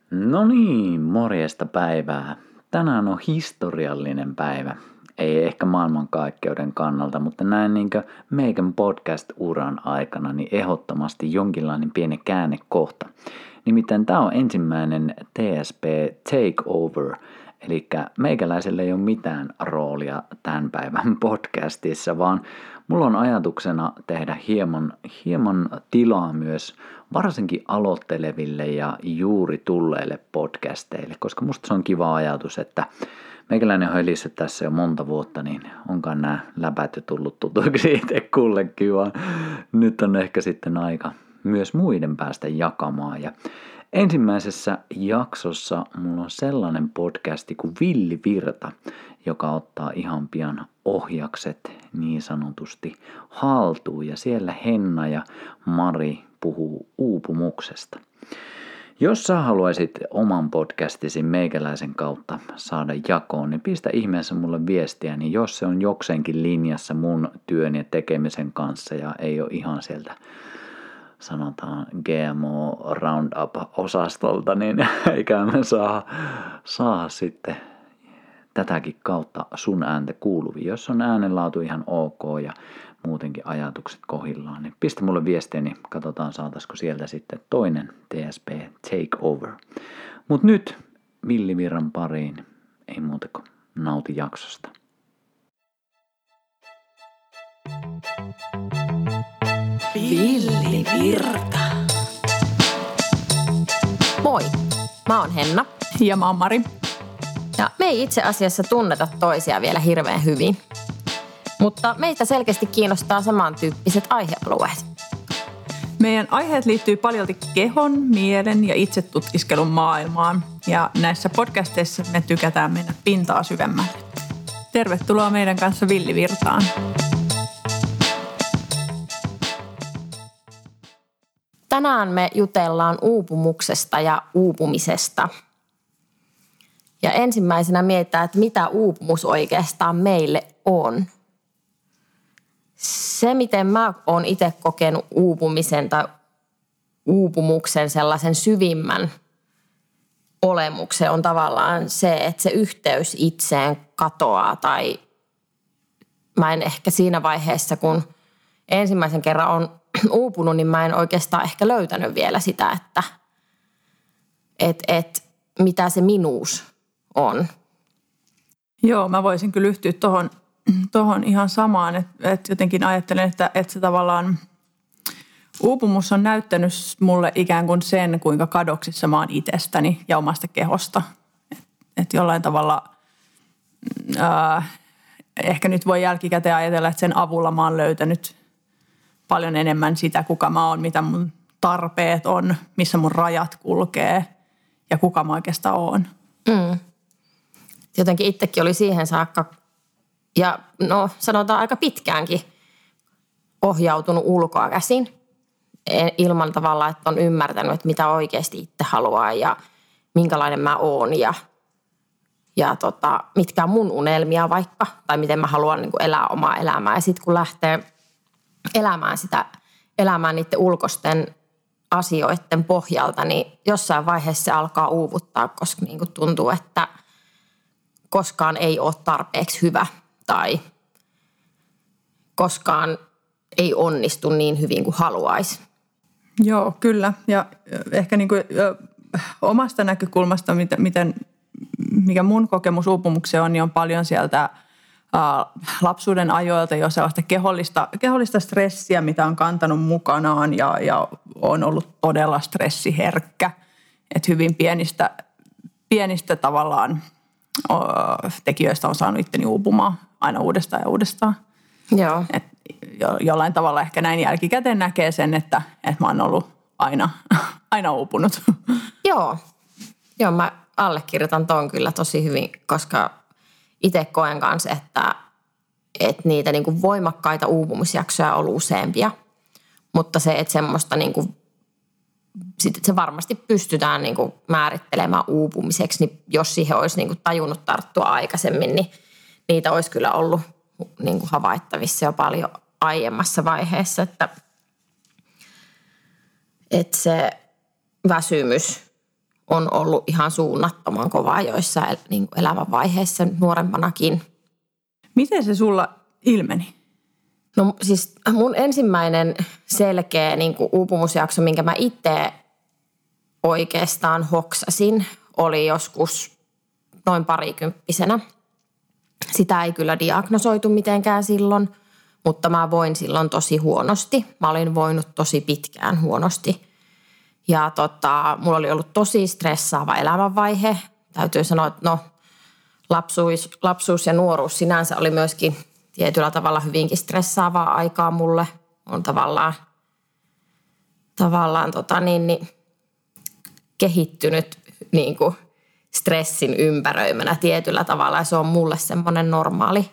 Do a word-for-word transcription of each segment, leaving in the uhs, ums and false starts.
No niin, morjesta päivää. Tänään on historiallinen päivä. Ei ehkä maailmankaikkeuden kannalta, mutta näin niinkö meikän podcast-uran aikana niin ehdottomasti jonkinlainen pieni käännekohta. Nimittäin tämä on ensimmäinen T S P Takeover, eli meikäläisellä ei ole mitään roolia tämän päivän podcastissa, vaan mulla on ajatuksena tehdä hieman, hieman tilaa myös varsinkin aloitteleville ja juuri tulleille podcasteille, koska musta se on kiva ajatus, että meikäläinen on hölissyt tässä jo monta vuotta, niin onkaan nämä läpät jo tullut tutuiksi itse kullekin, vaan nyt on ehkä sitten aika myös muiden päästä jakamaan. Ja ensimmäisessä jaksossa mulla on sellainen podcasti kuin Villi Virta, joka ottaa ihan pian ohjakset niin sanotusti haltuun, ja siellä Henna ja Mari puhuu uupumuksesta. Jos sä haluaisit oman podcastisi meikäläisen kautta saada jakoon, niin pistä ihmeessä mulle viestiä, niin jos se on jokseenkin linjassa mun työn ja tekemisen kanssa ja ei ole ihan sieltä sanotaan G M O Roundup-osastolta, niin eikä me saa, saa sitten tätäkin kautta sun ääntä kuuluviin. Jos on äänenlaatu ihan ok ja muutenkin ajatukset kohillaan, niin pistä mulle viestiä, niin katsotaan saataisiko sieltä sitten toinen T S P Takeover. Mut nyt Villi Virran pariin, ei muuta kuin nauti jaksosta. Villi Virta. Moi, mä oon Henna. Ja mä oon Mari. Ja me ei itse asiassa tunneta toisia vielä hirveän hyvin. Mutta meitä selkeästi kiinnostaa samantyyppiset aihealueet. Meidän aiheet liittyy paljolti kehon, mielen ja itsetutkiskelun maailmaan. Ja näissä podcasteissa me tykätään mennä pintaa syvemmälle. Tervetuloa meidän kanssa Villi Virtaan. Tänään me jutellaan uupumuksesta ja uupumisesta. Ja ensimmäisenä mietitään, että mitä uupumus oikeastaan meille on. Se, miten mä oon itse kokenut uupumisen tai uupumuksen sellaisen syvimmän olemuksen, on tavallaan se, että se yhteys itseen katoaa. Tai mä en ehkä siinä vaiheessa, kun ensimmäisen kerran on uupunut, niin mä en oikeastaan ehkä löytänyt vielä sitä, että et, et, mitä se minuus on. Joo, mä voisin kyllä yhtyä tohon, tohon ihan samaan, että et jotenkin ajattelen, että et se tavallaan uupumus on näyttänyt mulle ikään kuin sen, kuinka kadoksissa mä oon itsestäni ja omasta kehosta. Että et jollain tavalla ää, ehkä nyt voi jälkikäteen ajatella, että sen avulla mä oon löytänyt paljon enemmän sitä, kuka mä oon, mitä mun tarpeet on, missä mun rajat kulkee ja kuka mä oikeastaan oon. Mm. Jotenkin itsekin oli siihen saakka, ja no sanotaan aika pitkäänkin, ohjautunut ulkoa käsin ilman tavalla, että on ymmärtänyt, että mitä oikeasti itse haluaa ja minkälainen mä oon ja, ja tota, mitkä on mun unelmia vaikka, tai miten mä haluan niin kuin elää omaa elämää. Ja sitten kun lähtee elämään sitä, elämään niiden ulkoisten asioiden pohjalta, niin jossain vaiheessa se alkaa uuvuttaa, koska niin kuin tuntuu, että koskaan ei ole tarpeeksi hyvä tai koskaan ei onnistu niin hyvin kuin haluaisi. Joo, kyllä. Ja ehkä niin kuin omasta näkökulmasta, miten, mikä mun kokemus uupumukseen on, niin on paljon sieltä lapsuuden ajoilta jo sellaista kehollista, kehollista stressiä, mitä on kantanut mukanaan ja, ja on ollut todella stressiherkkä. Että hyvin pienistä, pienistä tavallaan tekijöistä on saanut itteni uupumaan aina uudestaan ja uudestaan. Joo. Et jo, jollain tavalla ehkä näin jälkikäteen näkee sen, että, että mä oon ollut aina, aina uupunut. Joo. Joo, mä allekirjoitan ton kyllä tosi hyvin, koska itse koen kanssa, että, että niitä niin kuin voimakkaita uupumusjaksoja on ollut useampia. Mutta se, että semmoista niin kuin, sit, se varmasti pystytään niin kuin määrittelemään uupumiseksi, niin jos siihen olisi niin kuin tajunnut tarttua aikaisemmin, niin niitä olisi kyllä ollut niin kuin havaittavissa jo paljon aiemmassa vaiheessa, että, että se väsymys on ollut ihan suunnattoman kovaa joissain niin kuin elämänvaiheessa nuorempanakin. Miten se sulla ilmeni? No siis mun ensimmäinen selkeä niin kuin uupumusjakso, minkä mä itse oikeastaan hoksasin, oli joskus noin parikymppisenä. Sitä ei kyllä diagnosoitu mitenkään silloin, mutta mä voin silloin tosi huonosti. Mä olin voinut tosi pitkään huonosti. Ja tota, mulla oli ollut tosi stressaava elämänvaihe. Täytyy sanoa, että no, lapsuus, lapsuus ja nuoruus sinänsä oli myöskin tietyllä tavalla hyvinkin stressaavaa aikaa mulle. On tavallaan, tavallaan tota niin, niin, kehittynyt niin kuin stressin ympäröimänä tietyllä tavalla. Ja se on mulle semmoinen normaali,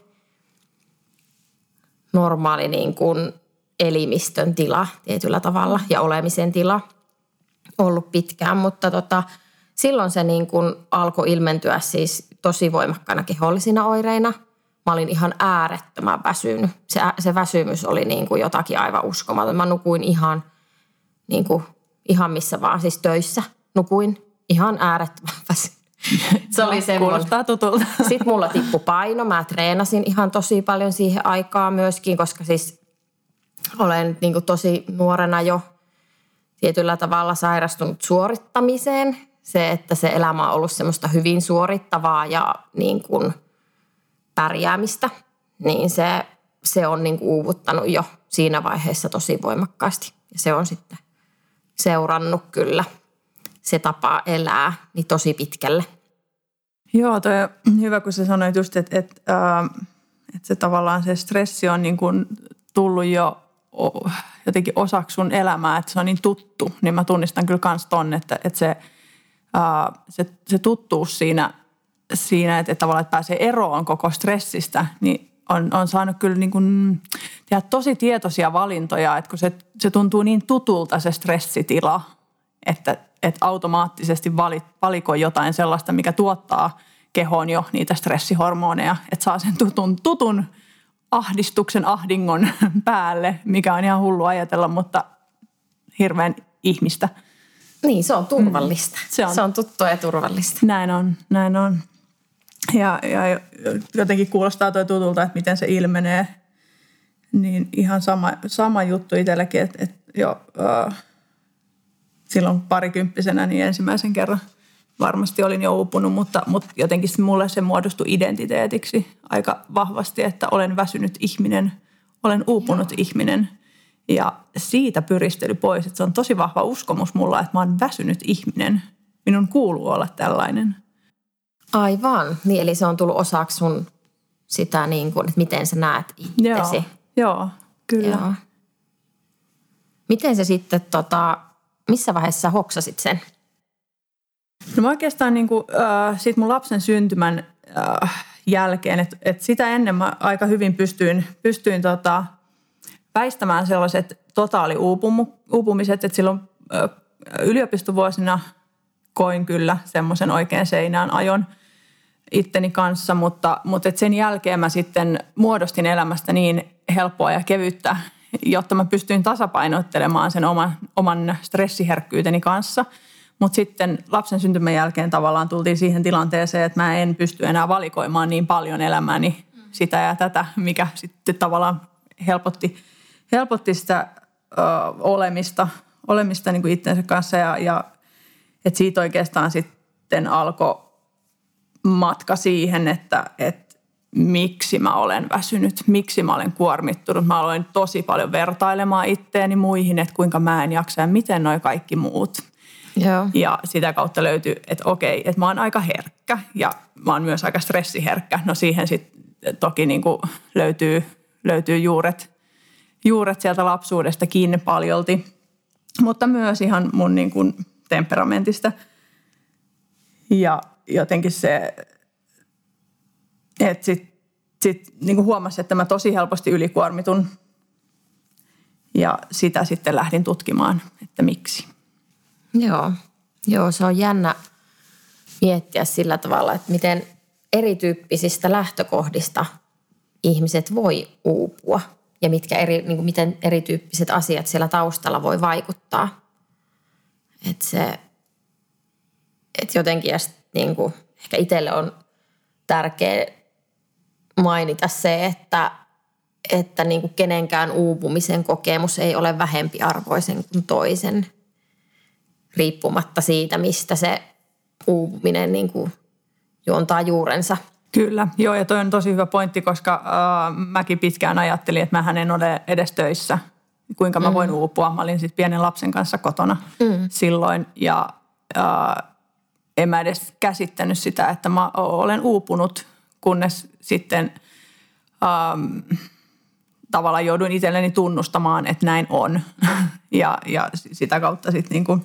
normaali niin kuin elimistön tila tietyllä tavalla ja olemisen tila ollut pitkään. Mutta tota, silloin se niin kuin alkoi ilmentyä siis tosi voimakkaana kehollisina oireina. Mä olin ihan äärettömän väsynyt. Se, se väsymys oli niin kuin jotakin aivan uskomaton. Mä nukuin ihan, niin kuin, ihan missä vaan, siis töissä nukuin ihan äärettömän väsynyt. Se oli semmoinen. Kuulostaa tutulta. Sitten mulla tippui paino. Mä treenasin ihan tosi paljon siihen aikaan myöskin, koska siis olen niin kuin tosi nuorena jo tietyllä tavalla sairastunut suorittamiseen. Se, että se elämä on ollut semmoista hyvin suorittavaa ja niin kuin pärjäämistä, niin se, se on niin kuin uuvuttanut jo siinä vaiheessa tosi voimakkaasti. Ja se on sitten seurannut kyllä se tapa elää niin tosi pitkälle. Joo, toi on hyvä, kun sä sanoit just, että, että, että se tavallaan se stressi on niin kuin tullut jo jotenkin osaksi sun elämää, että se on niin tuttu. Niin mä tunnistan kyllä kans ton, että, että se, se, se tuttuus siinä, siinä että, että tavallaan että pääsee eroon koko stressistä, niin on, on saanut kyllä niin kuin tehdä tosi tietoisia valintoja, että kun se, se tuntuu niin tutulta se stressitila, että, että automaattisesti valit, valikoi jotain sellaista, mikä tuottaa kehoon jo niitä stressihormoneja, että saa sen tutun, tutun ahdistuksen ahdingon päälle, mikä on ihan hullu ajatella, mutta hirveän ihmistä. Niin, se on turvallista. Mm, se, on, se on tuttua ja turvallista. Näin on, näin on. Ja, ja jotenkin kuulostaa toi tutulta, että miten se ilmenee. Niin ihan sama, sama juttu itselläkin, että, että jo äh, silloin parikymppisenä niin ensimmäisen kerran varmasti olin jo uupunut, mutta, mutta jotenkin mulle se muodostui identiteetiksi aika vahvasti, että olen väsynyt ihminen, olen uupunut Joo. ihminen. Ja siitä pyristely pois, että se on tosi vahva uskomus mulla, että mä oon väsynyt ihminen. Minun kuuluu olla tällainen. Aivan. Niin, eli se on tullut osaksi sun sitä, niin kuin, että miten sä näet itsesi. Joo, joo kyllä. Joo. Miten se sitten, tota, missä vaiheessa sä hoksasit sen? No mä oikeastaan niin kuin, äh, siitä mun lapsen syntymän äh, jälkeen, että et sitä ennen mä aika hyvin pystyin, pystyin tota, väistämään sellaiset totaaliuupumiset, että silloin äh, yliopistovuosina koin kyllä semmoisen oikein seinään ajon itteni kanssa, mutta, mutta et sen jälkeen mä sitten muodostin elämästä niin helppoa ja kevyttä, jotta mä pystyin tasapainottelemaan sen oman, oman stressiherkkyyteni kanssa. Mutta sitten lapsen syntymän jälkeen tavallaan tultiin siihen tilanteeseen, että mä en pysty enää valikoimaan niin paljon elämääni sitä ja tätä, mikä sitten tavallaan helpotti, helpotti sitä ö, olemista, olemista niin kuin itsensä kanssa. Ja, ja että siitä oikeastaan sitten alkoi matka siihen, että, että miksi mä olen väsynyt, miksi mä olen kuormittunut. Mä aloin tosi paljon vertailemaan itteeni muihin, että kuinka mä en jaksa ja miten noi kaikki muut. Joo. Ja sitä kautta löytyi, että okei, että mä oon aika herkkä ja mä oon myös aika stressiherkkä. No siihen sitten toki niin kuin löytyy, löytyy juuret, juuret sieltä lapsuudesta kiinni paljolti, mutta myös ihan mun niin kuin temperamentista. Ja jotenkin se, että sitten sit niin kuin huomasin, että mä tosi helposti ylikuormitun ja sitä sitten lähdin tutkimaan, että miksi. Joo. Joo, se on jännä miettiä sillä tavalla, että miten erityyppisistä lähtökohdista ihmiset voi uupua ja mitkä eri, niin kuin miten erityyppiset asiat siellä taustalla voi vaikuttaa. Että se, et jotenkin ja sit, niin kuin, ehkä itselle on tärkeä mainita se, että, että niin kuin kenenkään uupumisen kokemus ei ole vähempiarvoisen kuin toisen, riippumatta siitä, mistä se uupuminen niin kuin juontaa juurensa. Kyllä, joo, ja toi on tosi hyvä pointti, koska äh, mäkin pitkään ajattelin, että mähän en ole edes töissä. Kuinka mä voin mm. uupua? Mä olin sitten pienen lapsen kanssa kotona mm. silloin, ja äh, en mä edes käsittänyt sitä, että mä olen uupunut, kunnes sitten ähm, tavallaan jouduin itselleni tunnustamaan, että näin on. ja, ja sitä kautta sitten niinku,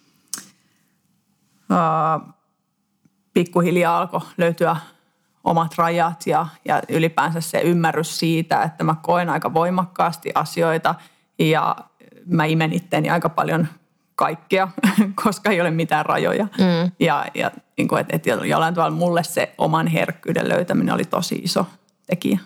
äh, pikkuhiljaa alkoi löytyä omat rajat ja, ja ylipäänsä se ymmärrys siitä, että mä koen aika voimakkaasti asioita ja mä imen itteeni aika paljon kaikkea, koska ei ole mitään rajoja. Mm. Ja, ja niin kuin, että, että jollain tavalla mulle se oman herkkyyden löytäminen oli tosi iso tekijä.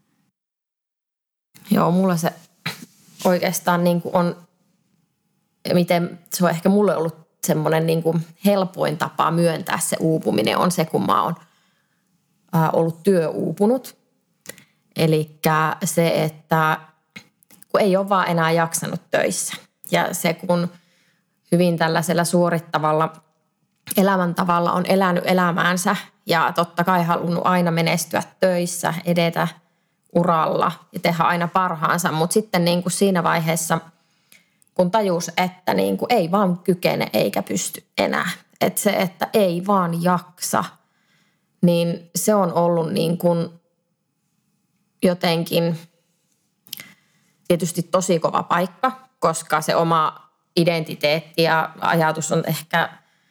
Joo, mulla se oikeastaan niin kuin on, miten se on ehkä mulle ollut semmoinen niin kuin helpoin tapa myöntää se uupuminen on se, kun mä oon ollut työuupunut. Eli se, että kun ei ole vaan enää jaksanut töissä. Ja se, kun hyvin tällaisella suorittavalla elämäntavalla on elänyt elämäänsä ja totta kai halunnut aina menestyä töissä, edetä uralla ja tehdä aina parhaansa. Mutta sitten niin kuin siinä vaiheessa, kun tajus, että niin kuin ei vaan kykene eikä pysty enää. Että se, että ei vaan jaksa, niin se on ollut niin kuin jotenkin tietysti tosi kova paikka, koska se oma identiteetti ja ajatus on ehkä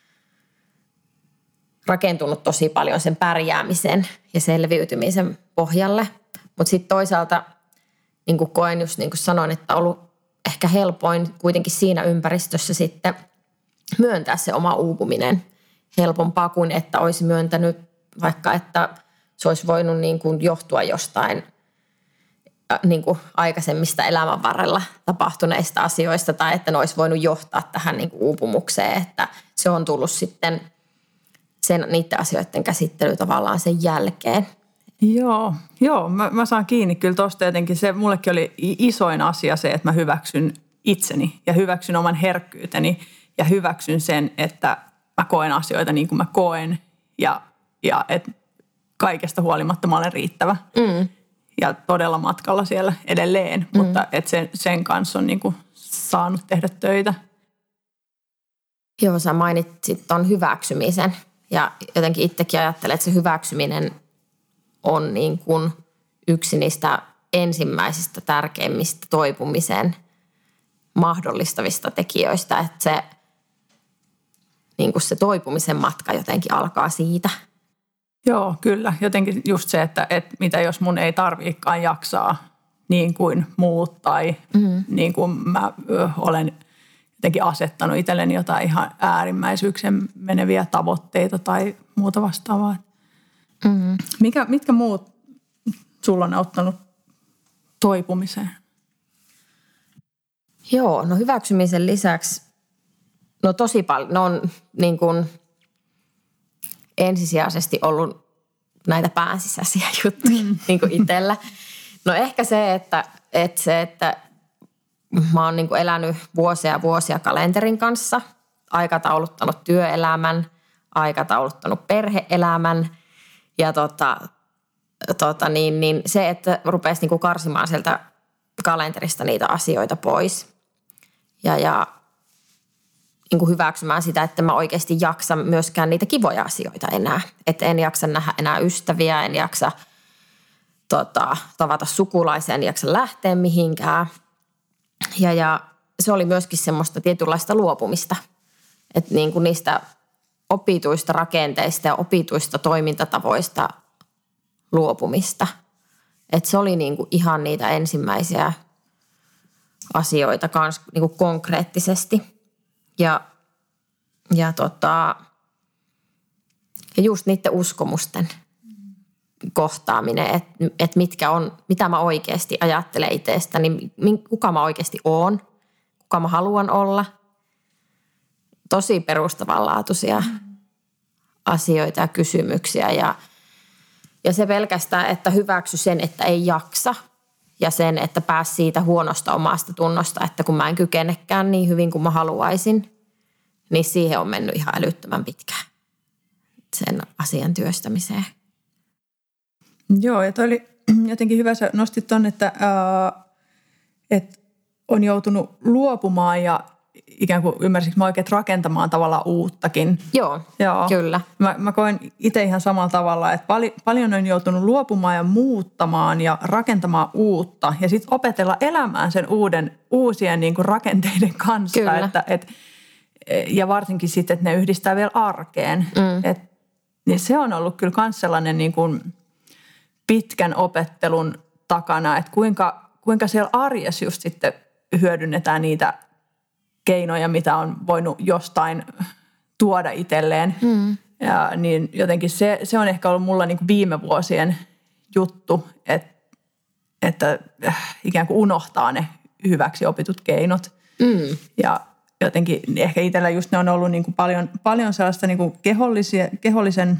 rakentunut tosi paljon sen pärjäämisen ja selviytymisen pohjalle. Mutta sitten toisaalta niin kuin koen just niin kuin sanoin, että on ollut ehkä helpoin kuitenkin siinä ympäristössä sitten myöntää se oma uupuminen helpompaa kuin että olisi myöntänyt vaikka, että se olisi voinut niin kuin johtua jostain niin kuin aikaisemmista elämän varrella tapahtuneista asioista tai että ne olisi voinut johtaa tähän niin kuin uupumukseen, että se on tullut sitten sen, niiden asioiden käsittely tavallaan sen jälkeen. Joo, joo mä, mä saan kiinni kyllä tuosta jotenkin. Se mullekin oli isoin asia se, että mä hyväksyn itseni ja hyväksyn oman herkkyyteni ja hyväksyn sen, että mä koen asioita niin kuin mä koen ja, ja että kaikesta huolimatta mä olen riittävä. Mm. Ja todella matkalla siellä edelleen, mm. mutta että sen, sen kanssa on niin kuin saanut tehdä töitä. Joo, sä mainitsit ton hyväksymisen ja jotenkin itsekin ajattelen, että se hyväksyminen on niin kuin yksi niistä ensimmäisistä tärkeimmistä toipumisen mahdollistavista tekijöistä, että se, niin kuin se toipumisen matka jotenkin alkaa siitä. Joo, kyllä. Jotenkin just se, että, että mitä jos mun ei tarviikaan jaksaa niin kuin muut tai mm-hmm. niin kuin mä ö, olen jotenkin asettanut itselleni jotain ihan äärimmäisyyksien meneviä tavoitteita tai muuta vastaavaa. Mm-hmm. Mikä, mitkä muut sulla on auttanut toipumiseen? Joo, no hyväksymisen lisäksi, no tosi paljon, no on niin kuin ensisijaisesti ollut näitä päänsisäisiä juttuja mm. niin kuin itsellä. No ehkä se, että, että se, että mä oon niin kuin elänyt vuosia ja vuosia kalenterin kanssa, aikatauluttanut työelämän, aikatauluttanut perhe-elämän ja tota, tota niin, niin se, että rupesi niin kuin karsimaan sieltä kalenterista niitä asioita pois ja, ja niin kuin hyväksymään sitä, että mä oikeasti jaksa myöskään niitä kivoja asioita enää. Että en jaksa nähdä enää ystäviä, en jaksa tota, tavata sukulaisia, en jaksa lähteä mihinkään. Ja, ja se oli myöskin semmoista tietynlaista luopumista. Että niin kuin niistä opituista rakenteista ja opituista toimintatavoista luopumista. Että se oli niin kuin ihan niitä ensimmäisiä asioita kans niin kuin konkreettisesti. Ja, ja, tota, ja just niiden uskomusten kohtaaminen, että et mitkä on, mitä mä oikeasti ajattelen itsestäni, niin kuka mä oikeasti oon, kuka mä haluan olla. Tosi perustavanlaatuisia asioita ja kysymyksiä. Ja, ja se pelkästään, että hyväksy sen, että ei jaksa ja sen, että pääsi siitä huonosta omasta tunnosta, että kun mä en kykenekään niin hyvin kuin mä haluaisin, niin siihen on mennyt ihan älyttömän pitkään sen asian työstämiseen. Joo, ja toi oli jotenkin hyvä, sä nostit ton, että, ää, että on joutunut luopumaan ja ikään kuin ymmärsinkö mä oikein, rakentamaan tavallaan uuttakin. Joo, Joo. kyllä. Mä, mä koen itse ihan samalla tavalla, että pal- paljon on joutunut luopumaan ja muuttamaan ja rakentamaan uutta ja sitten opetella elämään sen uuden, uusien niin kuin rakenteiden kanssa. Kyllä. Että, et, ja varsinkin sitten, että ne yhdistää vielä arkeen. Mm. Et, niin se on ollut kyllä myös sellainen niin kuin pitkän opettelun takana, että kuinka, kuinka siellä arjessa just sitten hyödynnetään niitä keinoja, mitä on voinut jostain tuoda itselleen. Mm. Ja niin jotenkin se, se on ehkä ollut mulla niin kuin viime vuosien juttu, että, että ikään kuin unohtaa ne hyväksi opitut keinot. Mm. Ja jotenkin ehkä itsellä just ne on ollut niin kuin paljon, paljon sellaista niin kuin kehollisia, kehollisen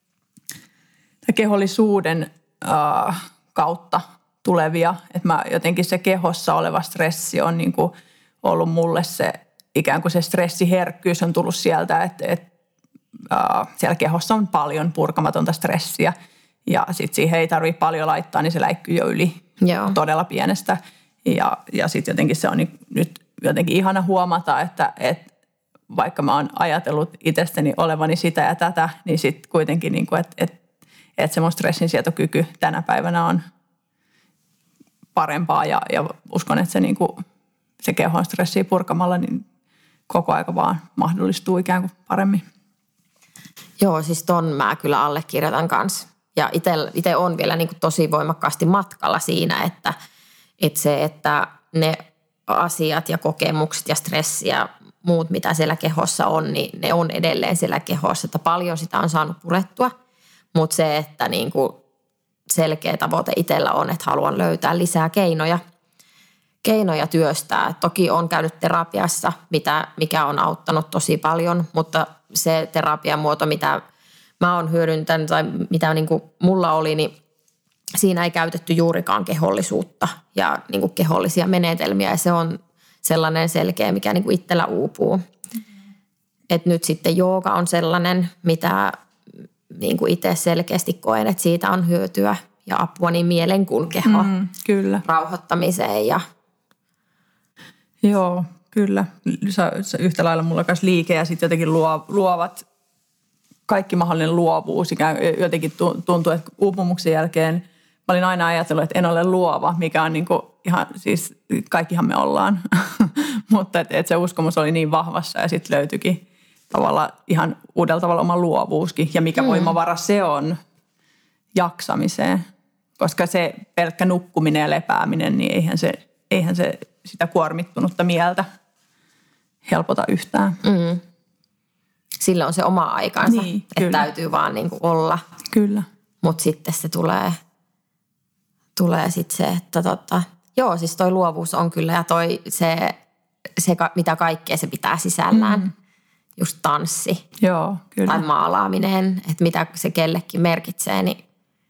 tai kehollisuuden äh, kautta tulevia. Että mä jotenkin se kehossa oleva stressi on niin kuin ollut mulle se, ikään kuin se stressiherkkyys on tullut sieltä, että, että äh, siellä kehossa on paljon purkamatonta stressiä ja sitten siihen ei tarvitse paljon laittaa, niin se läikkyy jo yli Joo. todella pienestä. Ja, ja sitten jotenkin se on niin, nyt jotenkin ihana huomata, että, että vaikka mä oon ajatellut itsestäni olevani sitä ja tätä, niin sitten kuitenkin, niin kuin, että, että, että se mun stressinsietokyky tänä päivänä on parempaa ja, ja uskon, että se niin kuin se kehon stressiä purkamalla, niin koko aika vaan mahdollistuu ikään kuin paremmin. Joo, siis ton mä kyllä allekirjoitan kanssa. Ja itse on vielä niin kuin tosi voimakkaasti matkalla siinä, että, että se, että ne asiat ja kokemukset ja stressi ja muut, mitä siellä kehossa on, niin ne on edelleen siellä kehossa. Että paljon sitä on saanut purettua, mutta se, että niin kuin selkeä tavoite itsellä on, että haluan löytää lisää keinoja. keinoja työstää. Toki on käynyt terapiassa, mitä, mikä on auttanut tosi paljon, mutta se terapiamuoto, mitä mä oon hyödyntänyt tai mitä niin kuin mulla oli, niin siinä ei käytetty juurikaan kehollisuutta ja niin kuin kehollisia menetelmiä ja se on sellainen selkeä, mikä niin kuin itsellä uupuu. Mm-hmm. Et nyt sitten jooga on sellainen, mitä niin kuin itse selkeästi koen, että siitä on hyötyä ja apua niin mielen kuin keho mm, kyllä. rauhoittamiseen ja Joo, kyllä. Yhtä lailla mulla kanssa liike ja sitten jotenkin luo, luovat, kaikki mahdollinen luovuus. Jotenkin tuntuu, että uupumuksen jälkeen mä olin aina ajatellut, että en ole luova, mikä on niin kuin ihan, siis kaikkihan me ollaan. Mutta että et se uskomus oli niin vahvassa ja sitten löytyikin tavallaan ihan uudella tavalla oma luovuuskin. Ja mikä mm. voimavara se on jaksamiseen. Koska se pelkkä nukkuminen ja lepääminen, niin eihän se, eihän se sitä kuormittunutta mieltä helpota yhtään. Mm. Sillä on se oma aikansa, niin, että kyllä. täytyy vaan niin kuin olla. Kyllä. Mutta sitten se tulee, tulee sitten se, että tota, joo siis toi luovuus on kyllä ja toi se, se mitä kaikkea se pitää sisällään. Mm. Just tanssi joo, kyllä. tai maalaaminen, että mitä se kellekin merkitsee, niin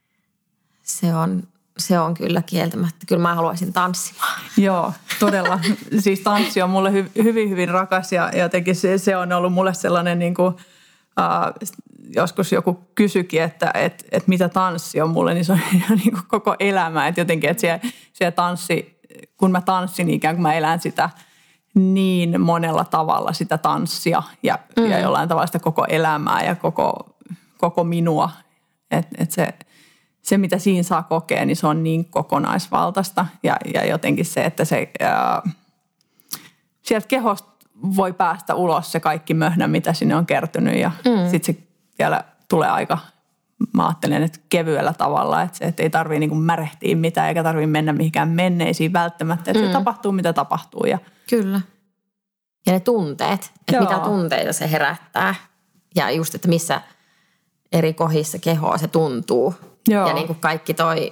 se on... Se on kyllä kieltämättä. Kyllä mä haluaisin tanssimaan. Joo, todella. Siis tanssi on mulle hy- hyvin, hyvin rakas ja jotenkin se, se on ollut mulle sellainen, niin kuin, äh, joskus joku kysyikin, että et, et mitä tanssi on mulle, niin se on niin kuin koko elämä. Että jotenkin, että siellä, siellä tanssi, kun mä tanssin, niin ikään kuin mä elän sitä niin monella tavalla sitä tanssia ja, mm. ja jollain tavalla sitä koko elämää ja koko, koko minua. Että et se... Se, mitä siinä saa kokea, niin se on niin kokonaisvaltaista ja, ja jotenkin se, että se, ää, sieltä kehosta voi päästä ulos se kaikki möhnä, mitä sinne on kertynyt ja mm. sitten se vielä tulee aika, mä ajattelen, että kevyellä tavalla, että, se, että ei tarvitse niin kuin märehtiä mitään eikä tarvitse mennä mihinkään menneisiin välttämättä, että mm. se tapahtuu, mitä tapahtuu. Ja... Kyllä. Ja ne tunteet, että Joo. mitä tunteita se herättää ja just, että missä eri kohdissa kehoa se tuntuu. Joo. Ja niin kuin kaikki toi,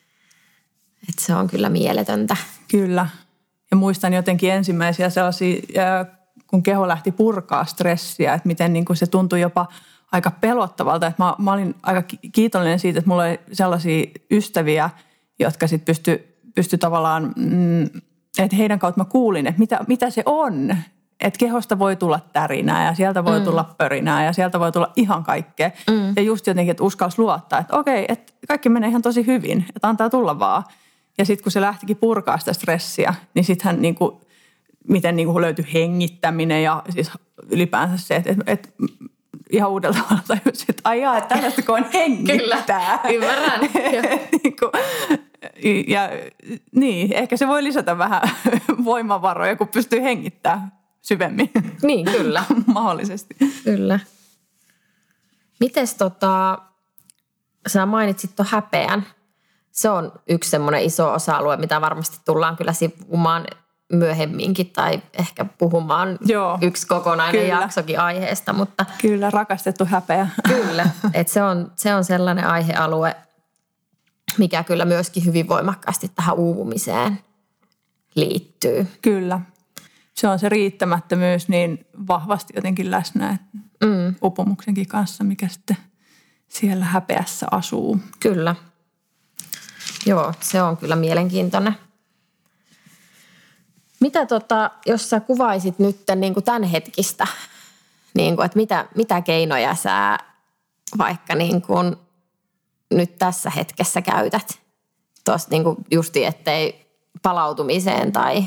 että se on kyllä mieletöntä. Kyllä. Ja muistan jotenkin ensimmäisiä sellaisia kun keho lähti purkaa stressiä, että miten niin kuin se tuntui jopa aika pelottavalta. Että mä, mä olin aika kiitollinen siitä, että mulla oli sellaisia ystäviä, jotka sitten pysty, pysty tavallaan, mm, että heidän kautta mä kuulin, että mitä, mitä se on. Että kehosta voi tulla tärinää ja sieltä voi mm. tulla pörinää ja sieltä voi tulla ihan kaikkea. Mm. Ja just jotenkin, että uskalsi luottaa, että okei, että kaikki menee ihan tosi hyvin, että antaa tulla vaan. Ja sitten kun se lähtikin purkaa sitä stressiä, niin sittenhän niin kuin, miten niin kuin löytyi hengittäminen ja siis ylipäänsä se, että, että, että ihan uudella tavalla tajusin, että aijaa, että tällaista kun on hengittää. Kyllä, ymmärrän. niin kuin, ja niin, ehkä se voi lisätä vähän voimavaroja, kun pystyy hengittämään syvemmin. Niin, kyllä. Mahdollisesti. Kyllä. Mites tota, sä mainitsit tuon häpeän. Se on yksi semmoinen iso osa-alue, mitä varmasti tullaan kyllä sivumaan myöhemminkin tai ehkä puhumaan. Joo, yksi kokonainen kyllä. jaksokin aiheesta. Mutta kyllä, rakastettu häpeä. Kyllä, että se on, se on sellainen aihealue, mikä kyllä myöskin hyvin voimakkaasti tähän uupumiseen liittyy. Kyllä. Se on se riittämättömyys niin vahvasti jotenkin läsnä mm. uupumuksenkin kanssa, mikä sitten siellä häpeässä asuu. Kyllä. Joo, se on kyllä mielenkiintoinen. Mitä tota, jos sä kuvaisit nyt niin kuin tämän hetkistä, niin kuin, että mitä, mitä keinoja sä vaikka niin kuin nyt tässä hetkessä käytät? Tuossa niin kuin justi, ettei palautumiseen tai...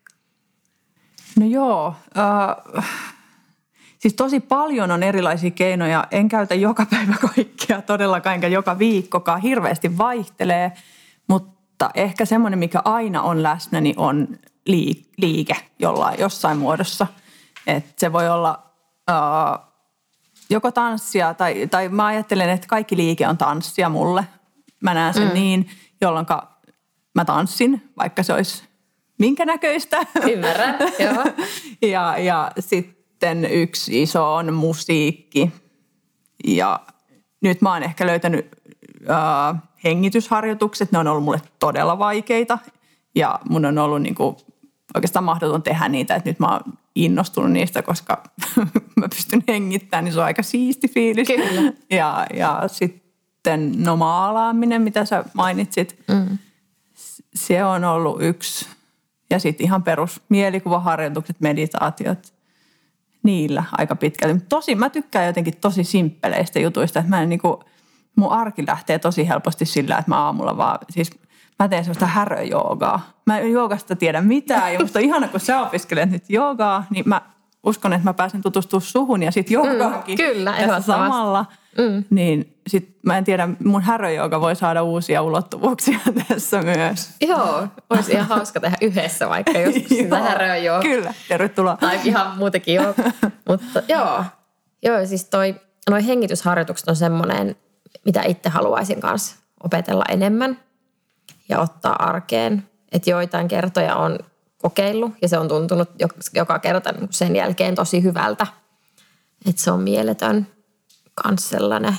No joo, äh, siis tosi paljon on erilaisia keinoja. En käytä joka päivä kaikkea todellakaan, enkä joka viikkokaan. Hirveästi vaihtelee, mutta ehkä semmoinen, mikä aina on läsnä, niin on liike jollain, jossain muodossa. Et se voi olla äh, joko tanssia tai, tai mä ajattelen, että kaikki liike on tanssia mulle. Mä näen sen mm. niin, jolloin mä tanssin, vaikka se olisi minkä näköistä. Ymmärrän, joo. ja, ja sitten yksi iso on musiikki. Ja nyt mä oon ehkä löytänyt äh, hengitysharjoitukset. Ne on ollut mulle todella vaikeita. Ja mun on ollut niinku oikeastaan mahdoton tehdä niitä. Että nyt mä oon innostunut niistä, koska mä pystyn hengittämään, niin se on aika siisti fiilis. Kyllä. Ja, ja sitten no maalaaminen, mitä sä mainitsit. Mm. Se on ollut yksi. Ja sitten ihan perus mielikuvaharjoitukset, meditaatiot, niillä aika pitkälti. Tosi, mä tykkään jotenkin tosi simppeleistä jutuista, että mä en niinku, mun arki lähtee tosi helposti sillä, että mä aamulla vaan, siis mä teen semmoista häröjoogaa. Mä en joogasta tiedä mitään ja musta on ihana, kun sä opiskelet nyt joogaa, niin mä uskon, että mä pääsen tutustumaan suhun ja sitten joogaakin. Mm, kyllä, tässä samalla. Mm. Niin sit mä en tiedä, mun häröjooga voi saada uusia ulottuvuuksia tässä myös. Joo, olisi ihan hauska tehdä yhdessä vaikka joskus sitä häröjoogaa. Kyllä, tervetuloa. Tai ihan muutenkin joo. Mutta joo, joo siis toi, noi hengitysharjoitukset on semmoinen, mitä itse haluaisin kanssa opetella enemmän ja ottaa arkeen. Että joitain kertoja on kokeillut ja se on tuntunut joka kerta sen jälkeen tosi hyvältä. Että se on mieletön kans sellainen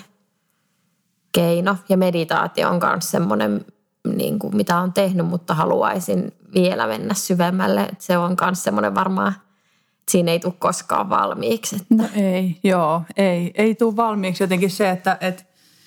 keino. Ja meditaatio on kans semmoinen, niin kuin mitä on tehnyt, mutta haluaisin vielä mennä syvemmälle. Että se on kans semmoinen varmaan, että siinä ei tule koskaan valmiiksi. Että... No ei, joo, ei. Ei tule valmiiksi jotenkin se, että... että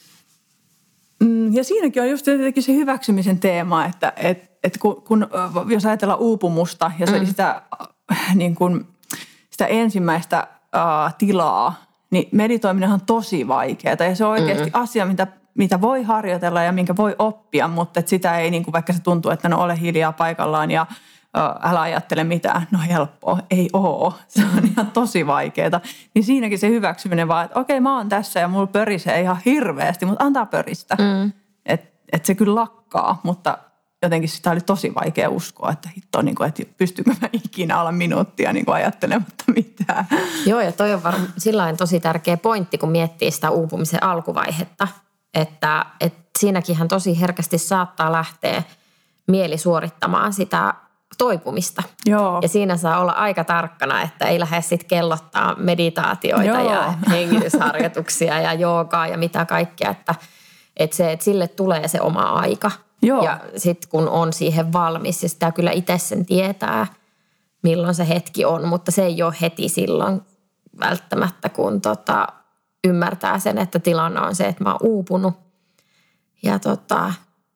ja siinäkin on just jotenkin se hyväksymisen teema, että, että, että kun, kun, jos ajatellaan uupumusta ja se, mm. sitä, niin kuin, sitä ensimmäistä uh, tilaa, niin meditoiminen on tosi vaikeaa ja se on oikeasti mm-hmm. asia, mitä, mitä voi harjoitella ja minkä voi oppia, mutta että sitä ei, niin kuin vaikka se tuntuu, että no ole hiljaa paikallaan ja uh, älä ajattele mitään, no helppoa, ei oo, se on ihan tosi vaikeaa. Niin siinäkin se hyväksyminen vaan, että okei mä oon tässä ja mulla pörisee ihan hirveästi, mutta antaa pöristä. Mm. Että et se kyllä lakkaa, mutta jotenkin sitä oli tosi vaikea uskoa, että hitto, niin kuin, että pystyykö mä ikinä olla minuuttia niin kuin ajattelematta mitään. Joo, ja toi on varmaan sillain tosi tärkeä pointti, kun miettii sitä uupumisen alkuvaihetta, että, että siinäkinhän tosi herkästi saattaa lähteä mieli suorittamaan sitä toipumista. Joo. Ja siinä saa olla aika tarkkana, että ei lähde sitten kellottaa meditaatioita Joo. ja hengitysharjoituksia ja joogaa ja mitä kaikkea, että, että, se, että sille tulee se oma aika. Joo. Ja sitten kun on siihen valmis ja sitä kyllä itse sen tietää, milloin se hetki on, mutta se ei ole heti silloin välttämättä, kun tota, ymmärtää sen, että tilanne on se, että mä oon uupunut. Ja tota,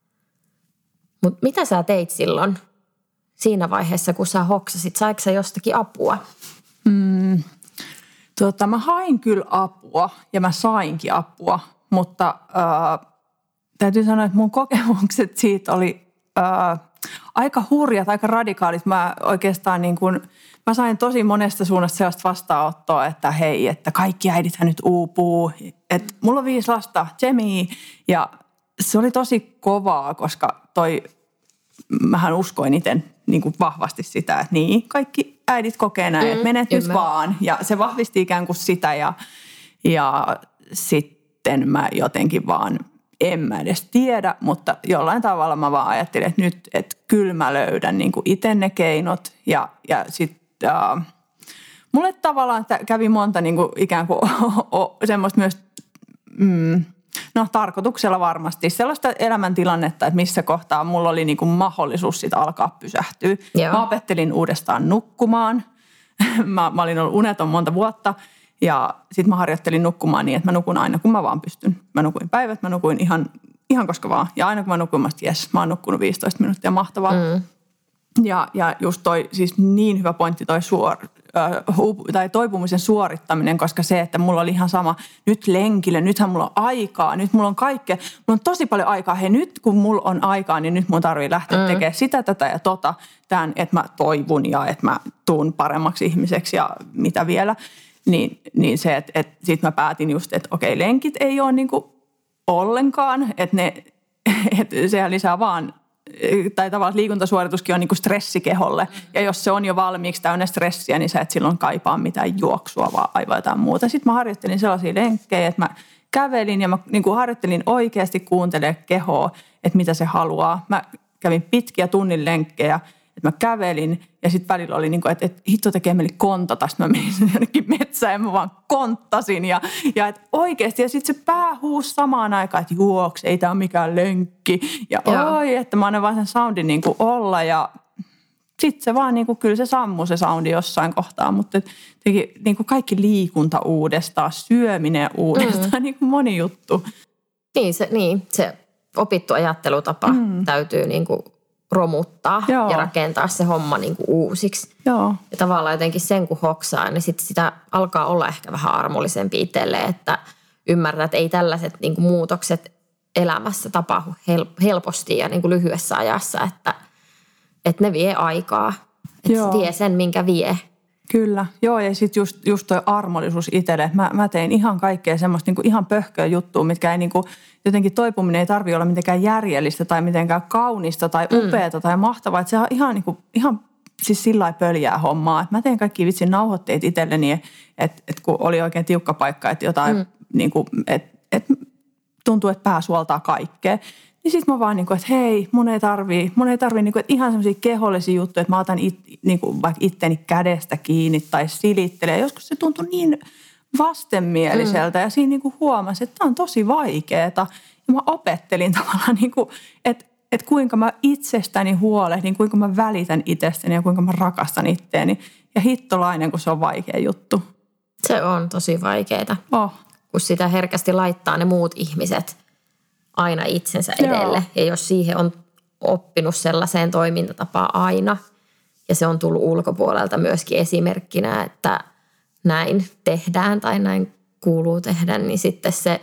mutta mitä sä teit silloin siinä vaiheessa, kun sä hoksasit? Saiko sä jostakin apua? Mm, tota, mä hain kyllä apua ja mä sainkin apua, mutta äh, täytyy sanoa, että mun kokemukset siitä oli äh, aika hurjat, aika radikaalit. Mä oikeastaan niin kuin, mä sain tosi monesta suunnasta sellaista vastaanottoa, että hei, että kaikki äidithän nyt uupuu. Että mulla on viisi lasta, Jamie, ja se oli tosi kovaa, koska toi, mähän uskoin itse niin kuin vahvasti sitä, että niin, kaikki äidit kokee näin, mm, että menet nyt vaan. Ja se vahvisti ikään kuin sitä ja, ja sitten mä jotenkin vaan, en mä edes tiedä, mutta jollain tavalla mä vaan ajattelin, että nyt, että kyllä mä löydän niin kuin itse ne keinot ja, ja sitten äh, mulle tavallaan kävi monta niin kuin ikään kuin semmoista myös, mm, no tarkoituksella varmasti, sellaista elämäntilannetta, että missä kohtaa mulla oli niin kuin mahdollisuus sit alkaa pysähtyä. Joo. Mä opettelin uudestaan nukkumaan. mä, mä olin ollut uneton monta vuotta ja sitten mä harjoittelin nukkumaan niin, että mä nukun aina kun mä vaan pystyn. Mä nukuin päivät, mä nukuin ihan, ihan koska vaan. Ja aina kun mä nukuin, mä jes, mä oon nukkunut viisitoista minuuttia, mahtavaa. Mm. Ja, ja just toi siis niin hyvä pointti toi suor, äh, tai toipumisen suorittaminen, koska se, että mulla oli ihan sama nyt lenkille, nythän mulla on aikaa, nyt mulla on kaikkea, mulla on tosi paljon aikaa. Hei nyt kun mulla on aikaa, niin nyt mun tarvii lähteä mm. tekemään sitä, tätä ja tota, tämän, että mä toivun ja että mä tuun paremmaksi ihmiseksi ja mitä vielä. Niin, niin se, että, että sit mä päätin just, että okei, lenkit ei ole niinku ollenkaan, että ne, että sehän lisää vaan tai tavallaan liikuntasuorituskin on niin kuin stressikeholle. Ja jos se on jo valmiiksi täynnä stressiä, niin sä et silloin kaipaa mitään juoksua, vaan aivan jotain muuta. Sitten mä harjoittelin sellaisia lenkkejä, että mä kävelin ja mä niin kuin harjoittelin oikeasti kuuntelemaan kehoa, että mitä se haluaa. Mä kävin pitkiä tunnin lenkkejä, että mä kävelin ja sitten välillä oli niin kuin, että, että hitto tekee mieli kontata. Sitten mä menin jonnekin metsään ja mä vaan konttasin ja, ja että oikeasti. Ja sitten se pää huusi samaan aikaan, että juoks, ei tää ole mikään lenkki. Ja Joo. oi, että mä annan vaan sen soundin niin kuin olla ja sitten se vaan niin kuin, kyllä se sammui se soundi jossain kohtaa. Mutta teki, niin kuin kaikki liikunta uudestaan, syöminen uudestaan, mm. niin kuin moni juttu. Niin se, niin, se opittu ajattelutapa mm. täytyy niin kuin romuttaa Joo. ja rakentaa se homma niin kuin uusiksi. Joo. Ja tavallaan jotenkin sen kun hoksaa, niin sit sitä alkaa olla ehkä vähän armollisempi itselleen, että ymmärtää, että ei tällaiset niin kuin muutokset elämässä tapahdu helposti ja niin kuin lyhyessä ajassa, että, että ne vie aikaa. Että se vie sen, minkä vie. Kyllä. Joo, ja sitten just, just toi armollisuus itselle. Mä, mä tein ihan kaikkea semmoista niinku ihan pöhköä juttua, mitkä ei niinku, jotenkin toipuminen ei tarvitse olla mitenkään järjellistä tai mitenkään kaunista tai upeata mm. tai mahtavaa. Että se on ihan, niinku, ihan siis sillä lailla pöljää hommaa. Et mä tein kaikki vitsin nauhoitteet itselleni, että et kun oli oikein tiukka paikka, että jotain mm. niinku, että et tuntuu, että pää suoltaa kaikkea. Niin sit mä vaan niinku, että hei, mun ei tarvii, mun ei tarvii niinku, että ihan semmoisia kehollisia juttuja, että mä otan it, niinku, vaikka itteni kädestä kiinni tai silittelee. Joskus se tuntui niin vastenmieliseltä mm. ja siinä niinku huomasi, että tämä on tosi vaikeeta. Ja mä opettelin tavallaan, niinku, että, että kuinka mä itsestäni huolehdin, kuinka mä välitän itsestäni ja kuinka mä rakastan itteeni. Ja hittolainen, kun se on vaikea juttu. Se on tosi vaikeeta, oh. kun sitä herkästi laittaa ne muut ihmiset aina itsensä edelle. Joo. Ja jos siihen on oppinut sellaiseen toimintatapaan aina, ja se on tullut ulkopuolelta myöskin esimerkkinä, että näin tehdään tai näin kuuluu tehdä, niin sitten se,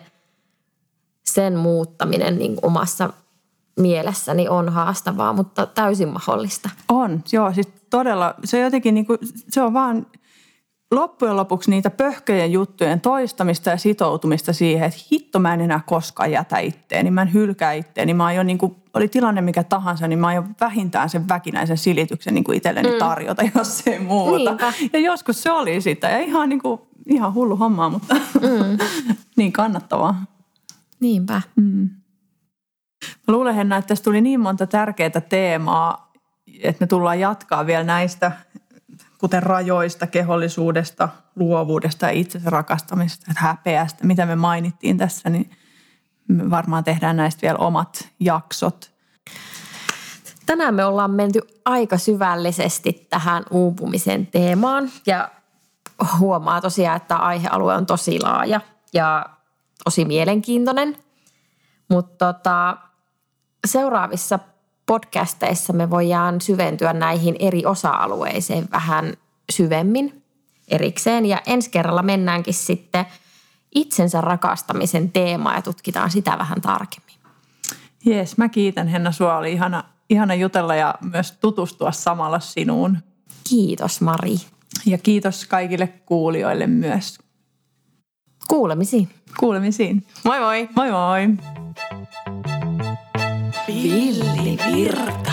sen muuttaminen niin omassa mielessäni on haastavaa, mutta täysin mahdollista. On, joo. Siis todella, se on jotenkin niin kuin, se on vaan loppujen lopuksi niitä pöhköjen juttujen toistamista ja sitoutumista siihen, että hitto mä en enää koskaan jätä itteeni, mä en hylkää itteeni. Mä aion, niin kuin, oli tilanne mikä tahansa, niin mä aion vähintään sen väkinäisen silityksen niin kuin itselleni mm. tarjota, jos ei muuta. Niinpä. Ja joskus se oli sitä ja ihan, niin kuin, ihan hullu hommaa, mutta mm. niin kannattavaa. Niinpä. Mm. Mä luulen, Henna, että tässä tuli niin monta tärkeää teemaa, että me tullaan jatkaa vielä näistä, kuten rajoista, kehollisuudesta, luovuudesta ja itsensä rakastamisesta, häpeästä, mitä me mainittiin tässä, niin me varmaan tehdään näistä vielä omat jaksot. Tänään me ollaan menty aika syvällisesti tähän uupumisen teemaan ja huomaa tosiaan, että aihealue on tosi laaja ja tosi mielenkiintoinen. Mutta tota, seuraavissa podcasteissa me voidaan syventyä näihin eri osa-alueisiin vähän syvemmin erikseen. Ja ensi kerralla mennäänkin sitten itsensä rakastamisen teemaan ja tutkitaan sitä vähän tarkemmin. Jees, mä kiitän Henna sua. Oli ihana, ihana jutella ja myös tutustua samalla sinuun. Kiitos Mari. Ja kiitos kaikille kuulijoille myös. Kuulemisiin. Kuulemisiin. Moi moi. Moi moi. Villi Virta.